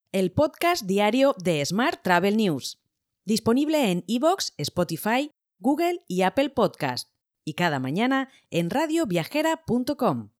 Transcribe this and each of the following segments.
el podcast diario de Smart Travel News, disponible en iVoox, Spotify, Google y Apple Podcast, y cada mañana en radioviajera.com.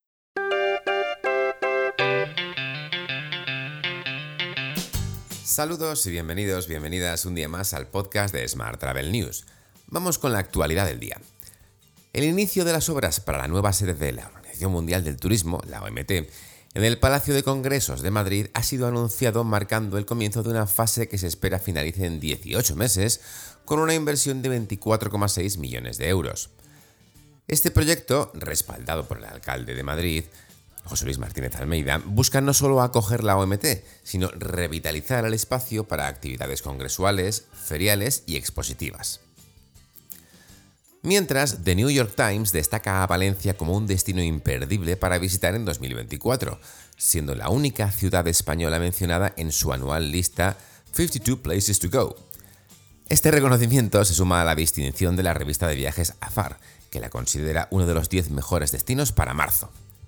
Saludos y bienvenidas un día más al podcast de Smart Travel News. Vamos con la actualidad del día. El inicio de las obras para la nueva sede de la Organización Mundial del Turismo, la OMT, en el Palacio de Congresos de Madrid ha sido anunciado, marcando el comienzo de una fase que se espera finalice en 18 meses, con una inversión de 24,6 millones de euros. Este proyecto, respaldado por el alcalde de Madrid, José Luis Martínez Almeida, busca no solo acoger la OMT, sino revitalizar el espacio para actividades congresuales, feriales y expositivas. Mientras, The New York Times destaca a Valencia como un destino imperdible para visitar en 2024, siendo la única ciudad española mencionada en su anual lista 52 Places to Go. Este reconocimiento se suma a la distinción de la revista de viajes Afar, que la considera uno de los 10 mejores destinos para marzo.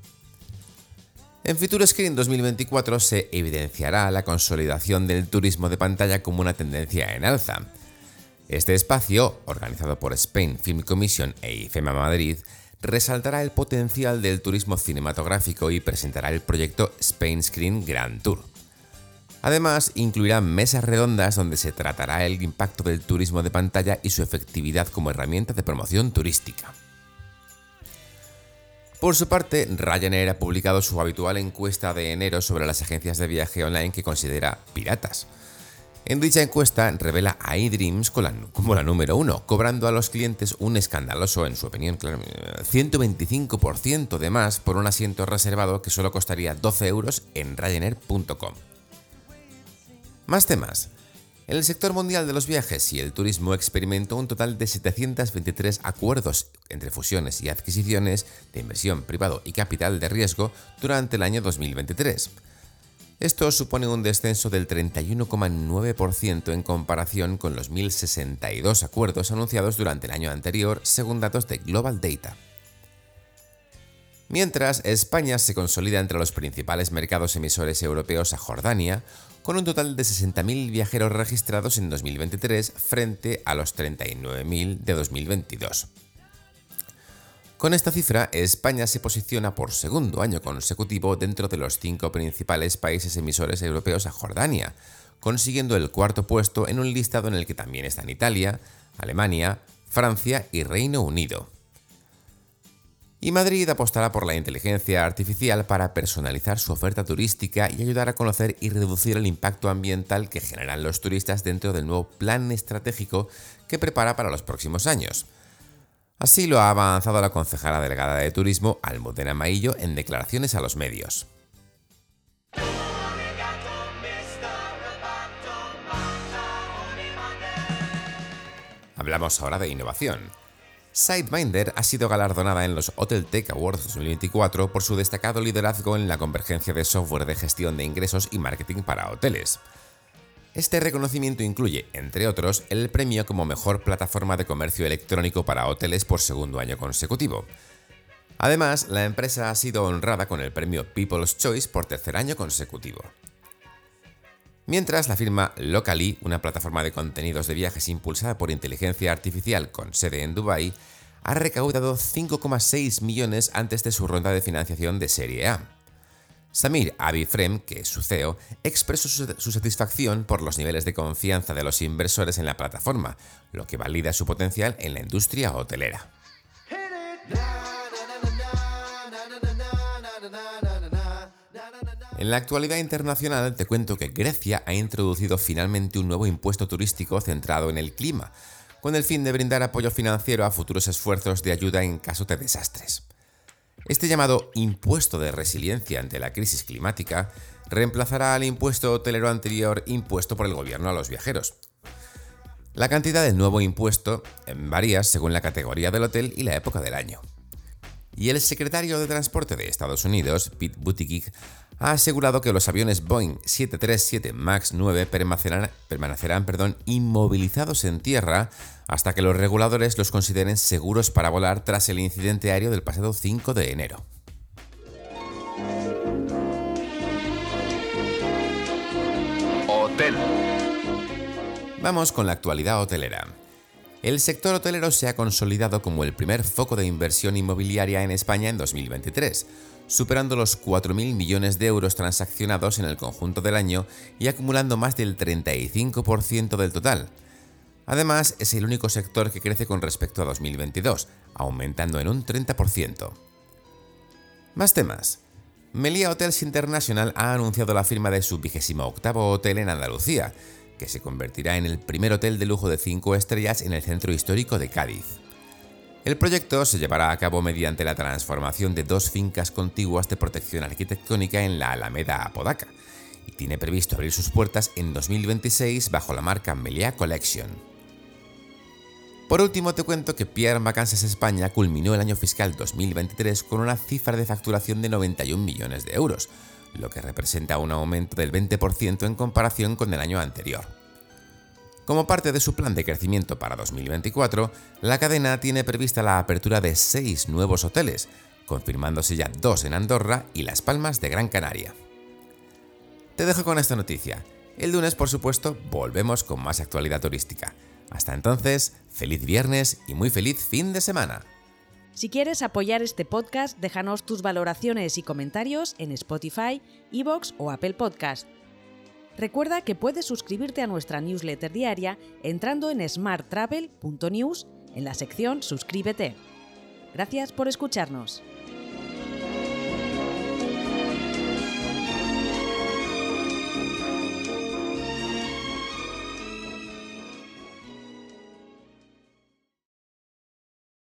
En FutureScreen 2024 se evidenciará la consolidación del turismo de pantalla como una tendencia en alza. Este espacio, organizado por Spain Film Commission e IFEMA Madrid, resaltará el potencial del turismo cinematográfico y presentará el proyecto Spain Screen Grand Tour. Además, incluirá mesas redondas donde se tratará el impacto del turismo de pantalla y su efectividad como herramienta de promoción turística. Por su parte, Ryanair ha publicado su habitual encuesta de enero sobre las agencias de viaje online que considera piratas. En dicha encuesta revela a eDreams como la número 1, cobrando a los clientes un escandaloso, en su opinión, 125% de más por un asiento reservado que solo costaría 12 euros en Ryanair.com. Más temas. El sector mundial de los viajes y el turismo experimentó un total de 723 acuerdos entre fusiones y adquisiciones de inversión privado y capital de riesgo durante el año 2023. Esto supone un descenso del 31,9% en comparación con los 1.062 acuerdos anunciados durante el año anterior, según datos de Global Data. Mientras, España se consolida entre los principales mercados emisores europeos a Jordania, con un total de 60.000 viajeros registrados en 2023 frente a los 39.000 de 2022. Con esta cifra, España se posiciona por segundo año consecutivo dentro de los 5 principales países emisores europeos a Jordania, consiguiendo el cuarto puesto en un listado en el que también están Italia, Alemania, Francia y Reino Unido. Y Madrid apostará por la inteligencia artificial para personalizar su oferta turística y ayudar a conocer y reducir el impacto ambiental que generan los turistas dentro del nuevo plan estratégico que prepara para los próximos años. Así lo ha avanzado la concejala delegada de Turismo, Almudena Maillo, en declaraciones a los medios. Hablamos ahora de innovación. SiteMinder ha sido galardonada en los Hotel Tech Awards 2024 por su destacado liderazgo en la convergencia de software de gestión de ingresos y marketing para hoteles. Este reconocimiento incluye, entre otros, el premio como mejor plataforma de comercio electrónico para hoteles por segundo año consecutivo. Además, la empresa ha sido honrada con el premio People's Choice por tercer año consecutivo. Mientras, la firma Locally, una plataforma de contenidos de viajes impulsada por inteligencia artificial con sede en Dubái, ha recaudado 5,6 millones antes de su ronda de financiación de Serie A. Samir Abifrem, que es su CEO, expresó su satisfacción por los niveles de confianza de los inversores en la plataforma, lo que valida su potencial en la industria hotelera. En la actualidad internacional te cuento que Grecia ha introducido finalmente un nuevo impuesto turístico centrado en el clima, con el fin de brindar apoyo financiero a futuros esfuerzos de ayuda en caso de desastres. Este llamado impuesto de resiliencia ante la crisis climática reemplazará al impuesto hotelero anterior impuesto por el gobierno a los viajeros. La cantidad del nuevo impuesto varía según la categoría del hotel y la época del año. Y el secretario de Transporte de Estados Unidos, Pete Buttigieg, ha asegurado que los aviones Boeing 737 MAX 9 permanecerán inmovilizados en tierra hasta que los reguladores los consideren seguros para volar tras el incidente aéreo del pasado 5 de enero. Hotel. Vamos con la actualidad hotelera. El sector hotelero se ha consolidado como el primer foco de inversión inmobiliaria en España en 2023, superando los 4.000 millones de euros transaccionados en el conjunto del año y acumulando más del 35% del total. Además, es el único sector que crece con respecto a 2022, aumentando en un 30%. Más temas. Meliá Hotels International ha anunciado la firma de su 28º hotel en Andalucía, que se convertirá en el primer hotel de lujo de 5 estrellas en el centro histórico de Cádiz. El proyecto se llevará a cabo mediante la transformación de 2 fincas contiguas de protección arquitectónica en la Alameda Apodaca, y tiene previsto abrir sus puertas en 2026 bajo la marca Meliá Collection. Por último, te cuento que Pierre Vacances España culminó el año fiscal 2023 con una cifra de facturación de 91 millones de euros, lo que representa un aumento del 20% en comparación con el año anterior. Como parte de su plan de crecimiento para 2024, la cadena tiene prevista la apertura de 6 nuevos hoteles, confirmándose ya 2 en Andorra y Las Palmas de Gran Canaria. Te dejo con esta noticia. El lunes, por supuesto, volvemos con más actualidad turística. Hasta entonces, feliz viernes y muy feliz fin de semana. Si quieres apoyar este podcast, déjanos tus valoraciones y comentarios en Spotify, iVoox o Apple Podcast. Recuerda que puedes suscribirte a nuestra newsletter diaria entrando en smarttravel.news en la sección Suscríbete. Gracias por escucharnos.